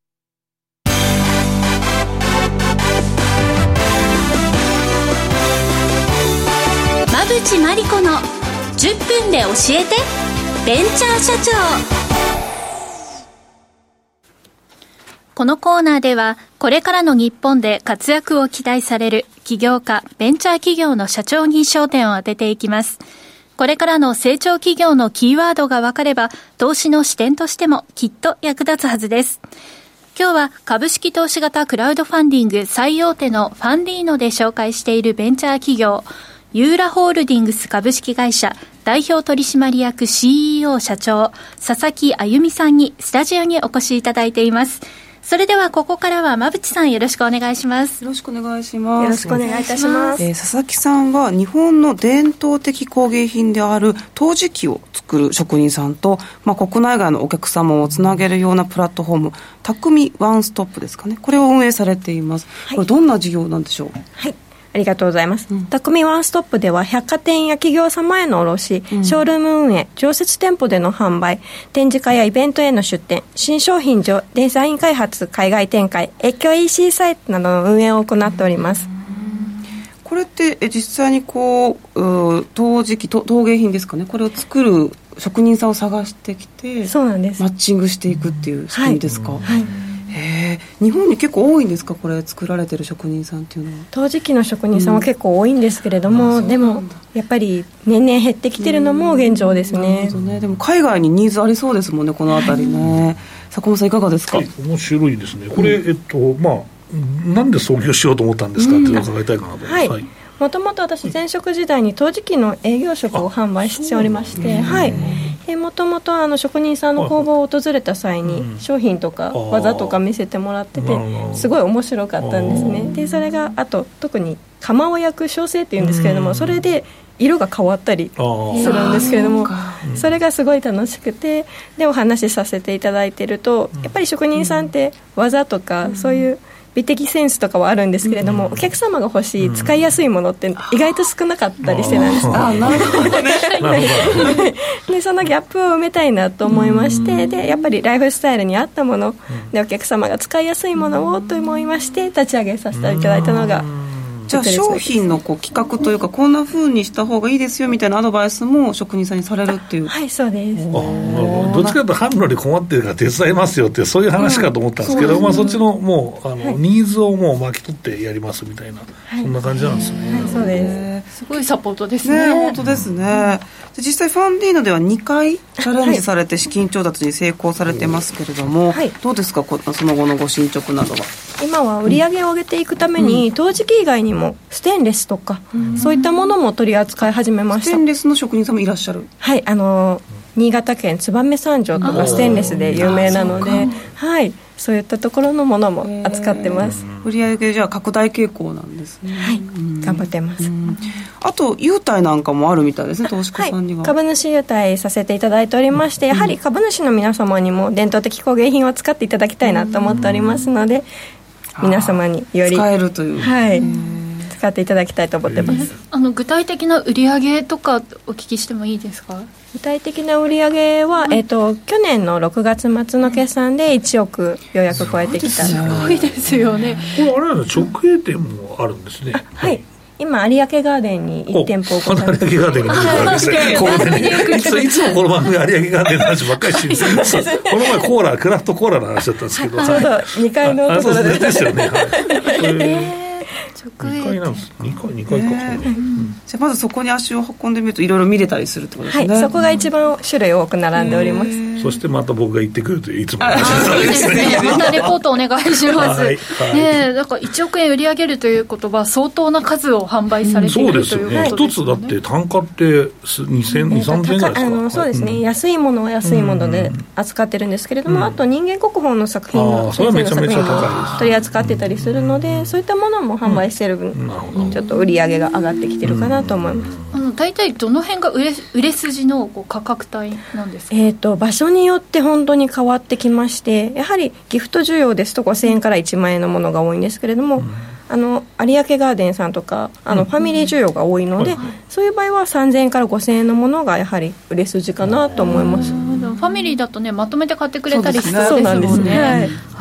馬淵真理子のじゅっぷんで教えてベンチャー社長。 このコーナーではこれからの日本で活躍を期待される起業家、ベンチャー企業の社長に焦点を当てていきます。これからの成長企業のキーワードが分かれば投資の視点としてもきっと役立つはずです。今日は株式投資型クラウドファンディング最大手のファンディーノで紹介しているベンチャー企業ユーラホールディングス株式会社代表取締役 シーイーオー 社長佐々木あゆみさんにスタジオにお越しいただいています。それではここからは馬淵さんよろしくお願いします。 よろしくお願いします。 よろしくお願いいたします。 えー、佐々木さんは日本の伝統的工芸品である陶磁器を作る職人さんと、まあ、国内外のお客様をつなげるようなプラットフォーム匠ワンストップですかね、これを運営されています。これどんな事業なんでしょう？ はい、ありがとうございます。匠ワンストップでは百貨店や企業様への卸、うん、ショールーム運営、常設店舗での販売、展示会やイベントへの出店、新商品上デザイン開発、海外展開、越境 イーシー サイトなどの運営を行っております。 これってえ実際にこう、う陶磁器、陶芸品ですかね、これを作る職人さんを探してきて、 そうなんです、 マッチングしていくっていう仕組みですか？はい、はい。へー、日本に結構多いんですか、これ作られてる職人さんっていうのは？ 陶磁器の職人さんは結構多いんですけれども、うん、でもやっぱり年々減ってきてるのも現状ですね。なるほどね。 でも海外にニーズありそうですもんね、このあたりね、はい、坂本さんいかがですか？ はい、面白いですねこれ、うん、えっとまあなんで創業しようと思ったんですかっていうのを伺いたいかなと思います。はい、はい。 もともと私前職時代に陶磁器の営業職を販売しておりまして、はい、もともとあの職人さんの工房を訪れた際に商品とか技とか見せてもらっててすごい面白かったんですね。でそれがあと特に窯を焼く焼成っていうんですけれども、それで色が変わったりするんですけれども、それがすごい楽しくて、でお話しさせていただいていると、やっぱり職人さんって技とかそういう美的センスとかはあるんですけれども、うん、お客様が欲しい使いやすいものって意外と少なかったりしてなんです。 ああ、なるほどねでそのギャップを埋めたいなと思いまして、でやっぱりライフスタイルに合ったものでお客様が使いやすいものをと思いまして立ち上げさせていただいたのが、 じゃあ商品のこう企画というかこんな風にした方がいいですよみたいなアドバイスも職人さんにされるっていう。 はい、そうです。 あ、どっちかというと販路に困ってるから手伝いますよってそういう話かと思ったんですけど、うん、まあ、そっちのもうあの、はい、ニーズをもう巻き取ってやりますみたいな、はい、そんな感じなんですね。 はいはい、そうです。 すごいサポートですね。 ね、本当ですね。で実際ファンディーノではにかいチャレンジされて資金調達に成功されてますけれども、はい、どうですか、その後のご進捗などは？ 今は売り上げを上げていくために、うん、陶磁器以外にもステンレスとか、うん、そういったものも取り扱い始めました。 ステンレスの職人さんもいらっしゃる？ はい、あの新潟県燕三条とかステンレスで有名なので、はい、そういったところのものも扱ってます。 売り上げじゃあ拡大傾向なんですね。 はい、頑張ってます。 あと優待なんかもあるみたいですね、投資家さんには。 はい、株主優待させていただいておりまして、やはり株主の皆様にも伝統的工芸品を使っていただきたいなと思っておりますので、皆様により使えるという、 はい、使っていただきたいと思ってます。 あの具体的な売上とかお聞きしてもいいですか？ 具体的な売上は、えー、と去年のろくがつ末の決算でいちおくようやく超えてきた。 すごいですよね。 これあれは直営店もあるんですね。 はい、今有明ガーデンにいち店舗を有明ガーデンに出てくるんですね。ここでねいつ、いつもこの番組有明ガーデンの話ばっかりしてるんですこの前コーラクラフトコーラの話だったんですけど、 ちょうどにかいのところでですよね。はい、 えーにかいなんです。にかい、にかいか、 えーうん、じゃあまずそこに足を運んでみるといろいろ見れたりするってことですね。 はい、そこが一番種類多く並んでおります。えー、そしてまた僕が行ってくるといういつもの話なんですね。またレポートお願いします。はい、ね、だからいちおくえん売り上げるということは相当な数を販売されている、うん、ということですね。 そうですよね。一つだって単価ってにせん、さんぜんえんぐらいですか？あのそうですね、はい、安いものは安いもので扱ってるんですけれども、うん、あと人間国宝の作品のそれはめちゃめちゃ高いです。 取り扱ってたりするので、そういったものも販売してる分、うん、ちょっと売り上げが上がってきてるかなと思います。 あの大体どの辺が売れ、売れ筋のこう価格帯なんですか？ えーと、場所によって本当に変わってきまして、やはりギフト需要ですとごせんえんからいちまんえんのものが多いんですけれども、うん、あの有明ガーデンさんとかあのファミリー需要が多いので、うん、そういう場合はさんぜんえんからごせんえんのものがやはり売れ筋かなと思います。 ファミリーだとねまとめて買ってくれたりするそうなんですね。はい、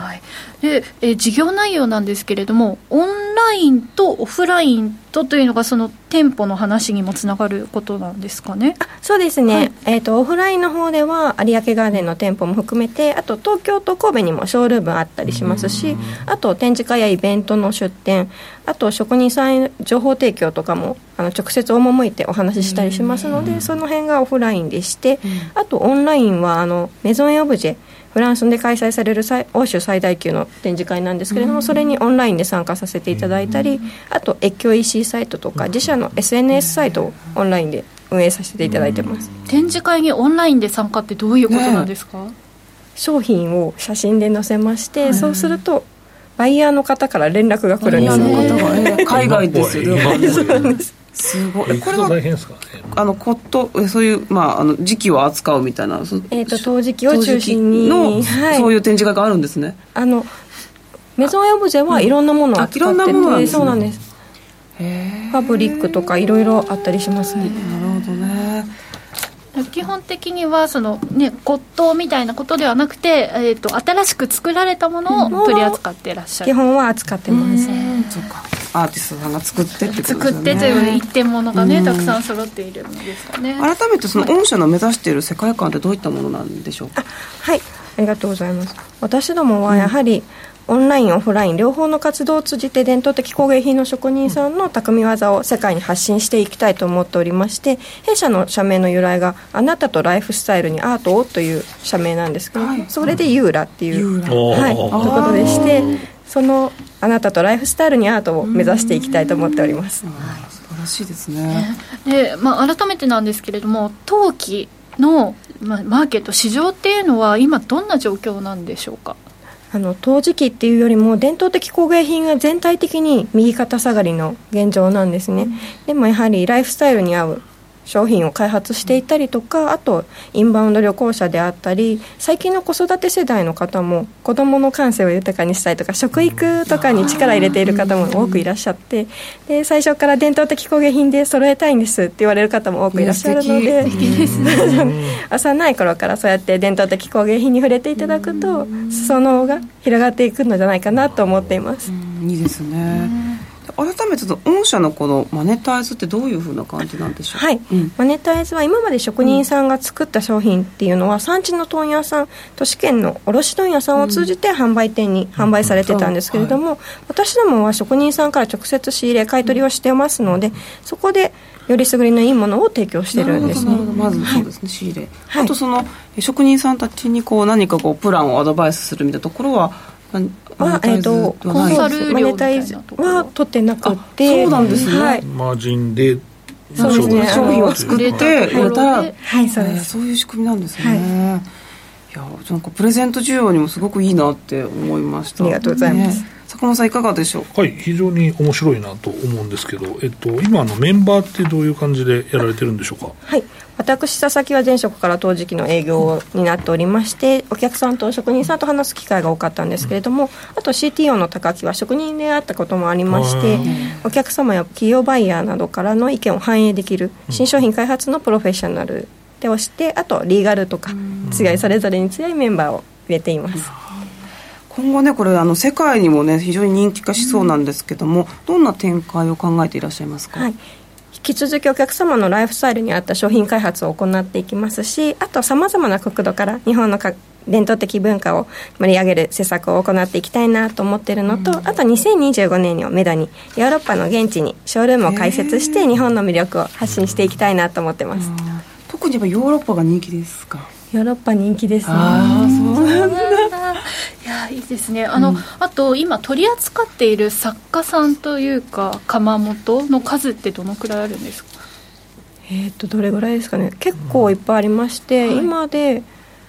はい、でえ事業内容なんですけれども、オンラインとオフラインとというのがその店舗の話にもつながることなんですかね。 あ、そうですね、はい、えーと、オフラインの方では有明ガーデンの店舗も含めて、あと東京と神戸にもショールームあったりしますし、あと展示会やイベントの出展、あと職人さんへ情報提供とかもあの直接赴いてお話ししたりしますので、その辺がオフラインでして、あとオンラインはあのメゾンエオブジェ、フランスで開催される欧州最大級の展示会なんですけれども、それにオンラインで参加させていただいたり、あと越境 イーシー サイトとか自社の エスエヌエス サイトをオンラインで運営させていただいてます。 展示会にオンラインで参加ってどういうことなんですか？ね、 商品を写真で載せまして、そうするとバイヤーの方から連絡が来るんですよ。 バイヤーの方が海外ですよね。そうなんです。すごい。 これは大変ですかね。 あのコットそういう、まあ、あの時期を扱うみたいな、 えー、と陶磁器を中心にの、 はい、 そういう展示会があるんですね。 あのメゾンエオブジェはいろんなものを扱ってて、うん、そうなんです。へファブリックとかいろいろあったりしますね。 なるほどね。 基本的にはその、ね、骨董みたいなことではなくて、えー、と新しく作られたものを取り扱っていらっしゃる。 基本は扱ってます。 そうか、アーティストさんが作ってってことですよね。 作ってという一点物がね、たくさん揃っているのですかね。 改めてその御社の目指している世界観ってどういったものなんでしょうか？ はい、ありがとうございます。私どもはやはり、うんオンラインオフライン両方の活動を通じて伝統的工芸品の職人さんの匠技を世界に発信していきたいと思っておりまして、弊社の社名の由来があなたとライフスタイルにアートをという社名なんですけど、はい、それでユーラっていう、はい、ということでして、そのあなたとライフスタイルにアートを目指していきたいと思っております。 素晴らしいですね。 で、まあ、改めてなんですけれども、陶器の、まあ、マーケット市場っていうのは今どんな状況なんでしょうか？ あの陶磁器っていうよりも伝統的工芸品が全体的に右肩下がりの現状なんですね、うん、でもやはりライフスタイルに合う商品を開発していたりとか、あとインバウンド旅行者であったり、最近の子育て世代の方も子どもの感性を豊かにしたいとか食育とかに力を入れている方も多くいらっしゃって、で最初から伝統的工芸品で揃えたいんですって言われる方も多くいらっしゃるので、幼い頃からそうやって伝統的工芸品に触れていただくと裾野が広がっていくのじゃないかなと思っています。 うん、いいですね。改めて御社のこのマネタイズってどういう風な感じなんでしょうか？ はい、うん、マネタイズは今まで職人さんが作った商品っていうのは、うん、産地の問屋さん、都市圏の卸問屋さんを通じて販売店に販売されてたんですけれども、うんはい、私どもは職人さんから直接仕入れ買い取りをしてますので、そこでよりすぐりのいいものを提供してるんですね。 まずそうですね、はい、仕入れ、はい、あとその職人さんたちにこう何かこうプランをアドバイスするみたいなところはまあえー、とコンサル料みたいなところは取ってなくて、 そうなんですね、はい、 マージンでそうですね、商品を作って売れたら、はい、そうです、そういう仕組みなんですね、はい、いやなんかプレゼント需要にもすごくいいなって思いました。 ありがとうございます、ね、 坂本さんいかがでしょう？ はい、非常に面白いなと思うんですけど、えっと、今のメンバーってどういう感じでやられてるんでしょうか？はい、 私佐々木は前職から陶磁器の営業になっておりまして、お客さんと職人さんと話す機会が多かったんですけれども、あと シーティーオー の高木は職人であったこともありまして、お客様や企業バイヤーなどからの意見を反映できる新商品開発のプロフェッショナルでをして、あとリーガルとか強いそれぞれに強いメンバーを入れています。 今後ねこれあの世界にもね非常に人気化しそうなんですけども、どんな展開を考えていらっしゃいますか？はい、 引き続きお客様のライフスタイルに合った商品開発を行っていきますし、あとさまざまな角度から日本のか伝統的文化を盛り上げる施策を行っていきたいなと思っているのと、あとにせんにじゅうごねんをめどにヨーロッパの現地にショールームを開設して日本の魅力を発信していきたいなと思ってます。 特にやっぱヨーロッパが人気ですか？ ヨーロッパ人気ですね。 あそうなんだいやいいですね。あの、うん、あと今取り扱っている作家さんというか窯元の数ってどのくらいあるんですか？ えー、とどれぐらいですかね。結構いっぱいありまして、うん、今で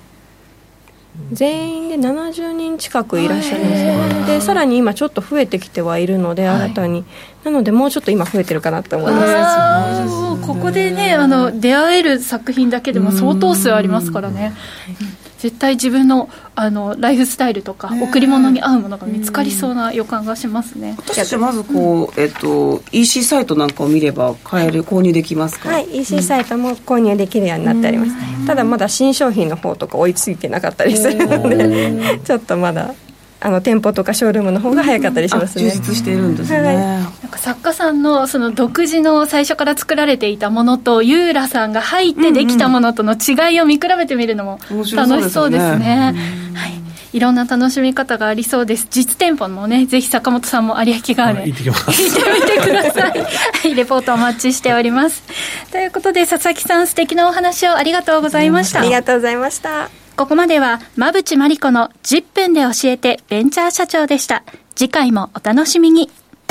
全員でななじゅうにん近くいらっしゃるんですね。でさらに今ちょっと増えてきてはいるので、新たに、はい、なのでもうちょっと今増えてるかなと思います。 あここでねあの出会える作品だけでも相当数ありますからね、絶対自分 の, あのライフスタイルとか贈り物に合うものが見つかりそうな予感がしますね。 私たちはまずこう、えっと、イーシー サイトなんかを見れば買える購入できますか？ はい、イーシー サイトも購入できるようになっております。ただまだ新商品の方とか追いついてなかったりするのでちょっとまだあの店舗とかショールームの方が早かったりしますね。 充実しているんですね、はい、 なんか作家さん の, その独自の最初から作られていたものとユーラさんが入ってできたものとの違いを見比べてみるのも楽しそうですね。はい、いろんな楽しみ方がありそうです。実店舗もね、ぜひ坂本さんも有明ガーデン行ってきます。 行ってみてください。はい、レポートお待ちしております。ということで佐々木さん、素敵なお話をありがとうございました。 ありがとうございました。 ここまでは馬淵真理子のじゅっぷんで教えてベンチャー社長でした。次回もお楽しみに。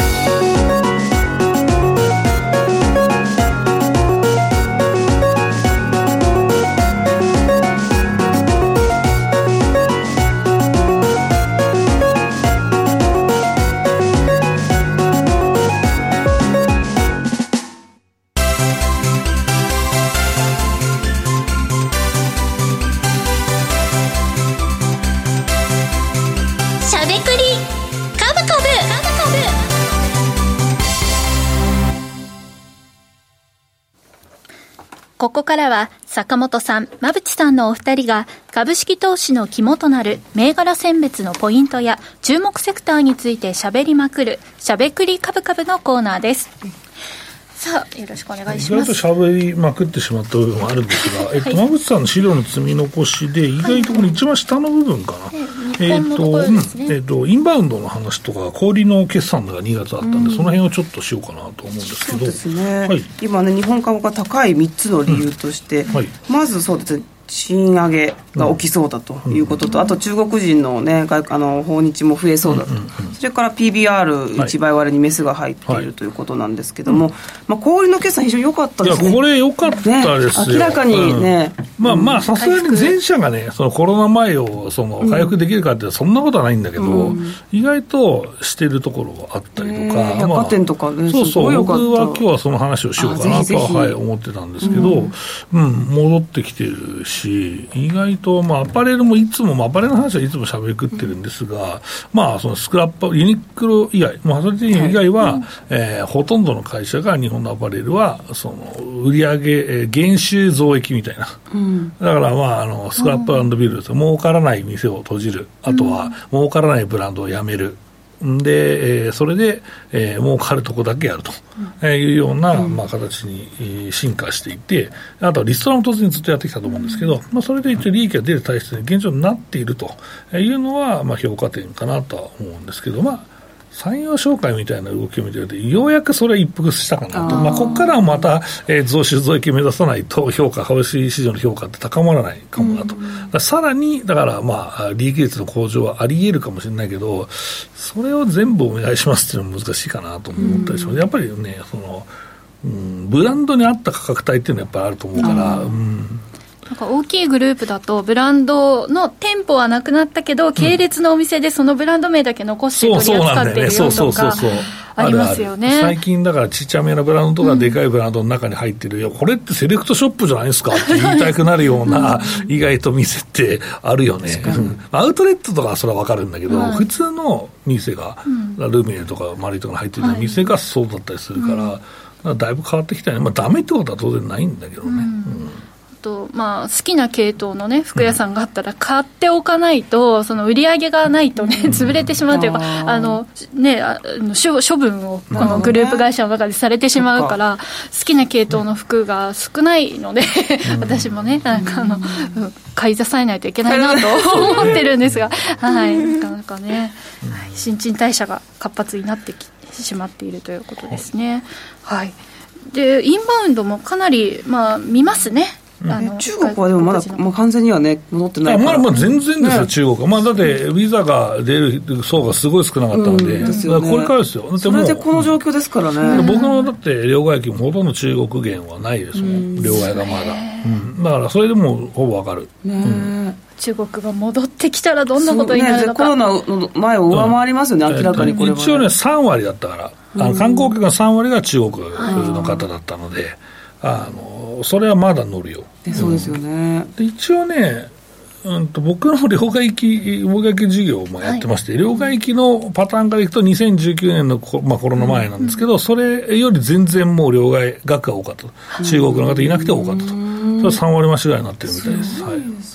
ここからは坂本さん、馬淵さんのお二人が株式投資の肝となる銘柄選別のポイントや注目セクターについてしゃべりまくるしゃべくり株株のコーナーです。さあよろしくお願いします。 意外としゃべりまくってしまった部分もあるんですが、えっと、馬淵さんの資料の積み残しで意外とこの一番下の部分かな、はい、えっと、うんえっと、インバウンドの話とか小売の決算がにがつあったんで、うん、その辺をちょっとしようかなと思うんですけど。 そうですね、 はい、 今ね日本株が高いみっつの理由として、うんはい、まずそうですね、賃上げが起きそうだということと、うん、あと中国人の、ね、外あの訪日も増えそうだと、うんうんうん、それから ピービーアールいち 倍割れにメスが入っている、はい、ということなんですけども、まあ、小売の決算非常に良かったですね。 いやこれ良かったですよ、 ね、明らかにね、うん、 まあまあさすがに前者がねそのコロナ前をその回復できるかってそんなことはないんだけど、うん、意外としてるところがあったりとか、 えー、百貨店とかね、 まあ、そうそう僕は今日はその話をしようかなとは、はい、思ってたんですけど、うんうん、戻ってきてるし意外と、まあ、アパレルもいつも、まあ、アパレルの話はいつもしゃべりくってるんですが、うんまあ、そのスクラップユニクロ以外、まあ、それ以外は、はいえー、ほとんどの会社が日本のアパレルはその売上、えー、減収増益みたいな、うん、だから、まあ、あのスクラップ&ビルド、うん、儲からない店を閉じる、あとは、うん、儲からないブランドをやめるで、えー、それで、えー、儲かるとこだけやると、うん、いうような、まあ、形に、えー、進化していて、あとはリストラも当然ずっとやってきたと思うんですけど、まあ、それで一応利益が出る体質に現状になっているというのは、まあ、評価点かなとは思うんですけど、まあ産業紹介みたいな動きを見てるとようやくそれは一服したかなと、まあ、ここからはまた、えー、増収増益を目指さないと評価株式市場の評価って高まらないかもなと、うん、ださらにだからまあ利益率の向上はあり得るかもしれないけどそれを全部お願いしますっていうのは難しいかなと思ったりします、うん、やっぱりねその、うん、ブランドに合った価格帯っていうのはやっぱりあると思うから、うんなんか大きいグループだとブランドの店舗はなくなったけど系列のお店でそのブランド名だけ残して取り扱っているよとかありますよね。 最近だからちっちゃめなブランドとかでかいブランドの中に入ってる、うん、いやこれってセレクトショップじゃないですかって言いたくなるような意外と店ってあるよね、うん、アウトレットとかはそれは分かるんだけど、はい、普通の店が、うん、ルミネとかマリーとかに入ってる店がそうだったりするから、はい、だからだいぶ変わってきたよね。まあダメってことは当然ないんだけどね、うんうんとまあ、好きな系統の、ね、服屋さんがあったら買っておかないと、うん、その売り上げがないと、ね、潰れてしまうというか、うん、あのね、あの 処, 処分をこのグループ会社の中でされてしまうから、ね、好きな系統の服が少ないので、うん、私もねなんかあの、うん、買い支えないといけないなと思ってるんですが、はい、なかなかね、はい、新陳代謝が活発になってきてしまっているということですね。はい、でインバウンドもかなり、まあ、見ますね。 あの中国はでもまだもう完全にはね戻ってないから、 まあ、まあ全然ですよ、ね、中国は、まあ、だってビザが出る層がすごい少なかったので、うんですよね、これからですよ。だってもうそれでこの状況ですからね。 僕のだって両替機もほとんど中国元はないですもん、うん、両替がまだ、うん、だからそれでもうほぼわかる、ねうん、中国が戻ってきたらどんなことになるのか、 ね、コロナの前を上回りますよね、うん、明らかにこれは、ね、 一応ねさん割だったから、うん、あの観光客のさん割が中国の方だったので、うん、あのそれはまだ乗るよ。 そうですよね、 うん、で一応ね、うん、と僕の両替機貿易事業もやってまして、はい、両替機のパターンからいくとにせんじゅうきゅうねんのコ、まあ、コロナ前なんですけど、うん、それより全然もう両替額が多かった、うん、中国の方いなくて多かったと、うん、それはさん割増しぐらいになってるみたいです。 そうですよね、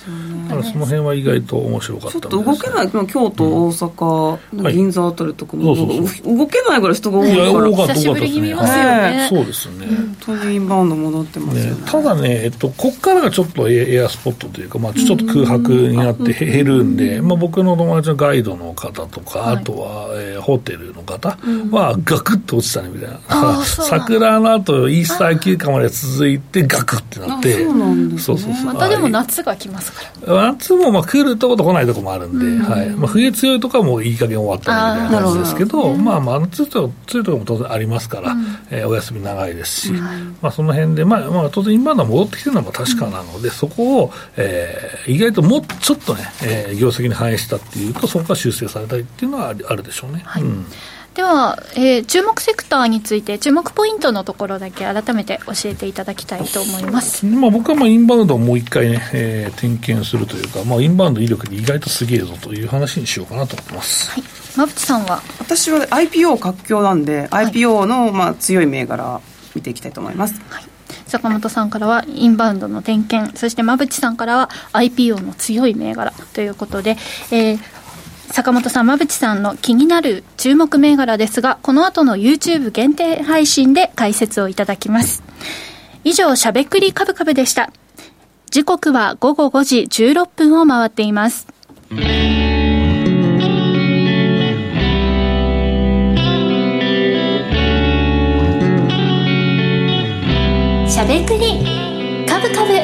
だからその辺は意外と面白かったんです、ね、 ちょっと動けない、京都、大阪、うん、銀座あたりとかも、はい、そうそうそう、動けないぐらい人が多いから、 久しぶりに見ますよね。 そうですね、 本当にインバウンド戻ってますよね。 ね、ただね、えっと、こっからがちょっとエアスポットというか、まあ、ちょっと空白になって減るんで、まあ、僕の友達のガイドの方とか、はい、あとは、えー、ホテルの方はガクッと落ちたねみたいな、桜の後イースター休暇まで続いてガクッてなって、 そうなんですね、 そうそうそう、 またでも夏が来ますから、 夏もまあ来るとこと来ないとこもあるんで、うん、はい、まあ、冬強いとこはもういい加減終わったみたいな感じですけど、まあ、まあ夏と強いとこも当然ありますから、うん、えー、お休み長いですし、うん、まあ、その辺で、まあまあ、当然今のは戻ってきてるのは確かなので、うん、そこを、えー、意外ともうちょっとね、えー、業績に反映したっていうと、そこが修正されたりっていうのはある、あるでしょうね、はい、うん。 では、えー、注目セクターについて注目ポイントのところだけ改めて教えていただきたいと思います。 まあ、僕はまあインバウンドをもう一回ね、えー、点検するというか、まあ、インバウンド威力に意外とすげえぞという話にしようかなと思います。 はい、馬淵さんは？ 私は アイピーオー 活況なんで、はい、アイピーオー のまあ強い銘柄見ていきたいと思います。 はい、坂本さんからはインバウンドの点検、そして馬淵さんからは アイピーオー の強い銘柄ということで、えー坂本さん、馬淵さんの気になる注目銘柄ですが、この後の YouTube 限定配信で解説をいただきます。以上、しゃべくりカブカブでした。時刻はごごごじじゅうろっぷんを回っています。しゃべくりカブカブ。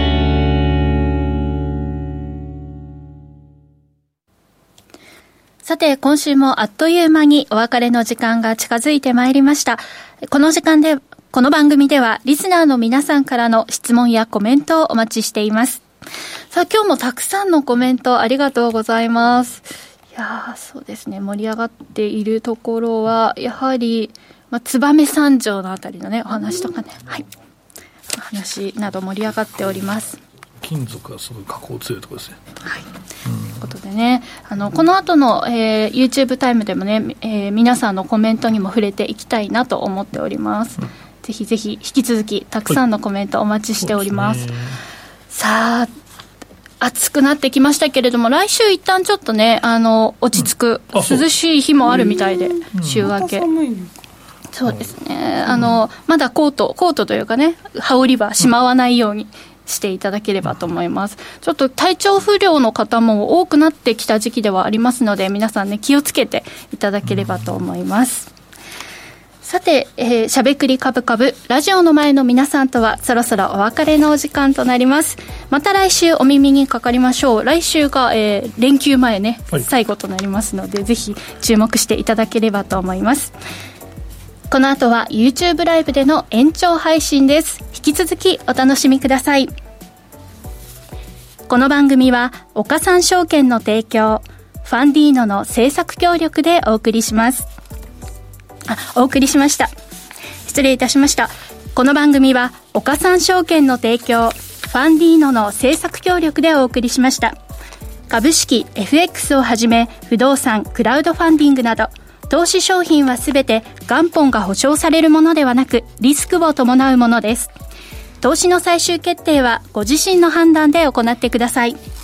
さて、今週もあっという間にお別れの時間が近づいてまいりました。この時間で、この番組ではリスナーの皆さんからの質問やコメントをお待ちしています。さあ、今日もたくさんのコメントありがとうございます。いやー、そうですね、盛り上がっているところは、やはり、まあ、燕三条のあたりのね、お話とかね、はい、お話など盛り上がっております。 金属がすごい加工強いところですね。 はい、ということでね、あのこの後の、えー、YouTube タイムでもね、えー、皆さんのコメントにも触れていきたいなと思っております、うん、ぜひぜひ引き続きたくさんのコメントお待ちしております、はい、さあ暑くなってきましたけれども、来週一旦ちょっとね、あの落ち着く、うん、涼しい日もあるみたいで、週明け、うん、そうですね、あのまだコートコートというかね、羽織はしまわないようにしていただければと思います。ちょっと体調不良の方も多くなってきた時期ではありますので、皆さんね、気をつけていただければと思います。さて、えー、しゃべくりカブカブ、ラジオの前の皆さんとはそろそろお別れのお時間となります。また来週お耳にかかりましょう。来週が、えー、連休前ね、はい、最後となりますので、ぜひ注目していただければと思います。この後は YouTube ライブでの延長配信です。引き続きお楽しみください。この番組は岡三証券の提供、ファンディーノの制作協力でお送りします。あ、お送りしました。失礼いたしました。この番組は岡三証券の提供、ファンディーノの制作協力でお送りしました。株式 エフエックス をはじめ不動産、クラウドファンディングなど投資商品はすべて元本が保証されるものではなく、リスクを伴うものです。投資の最終決定はご自身の判断で行ってください。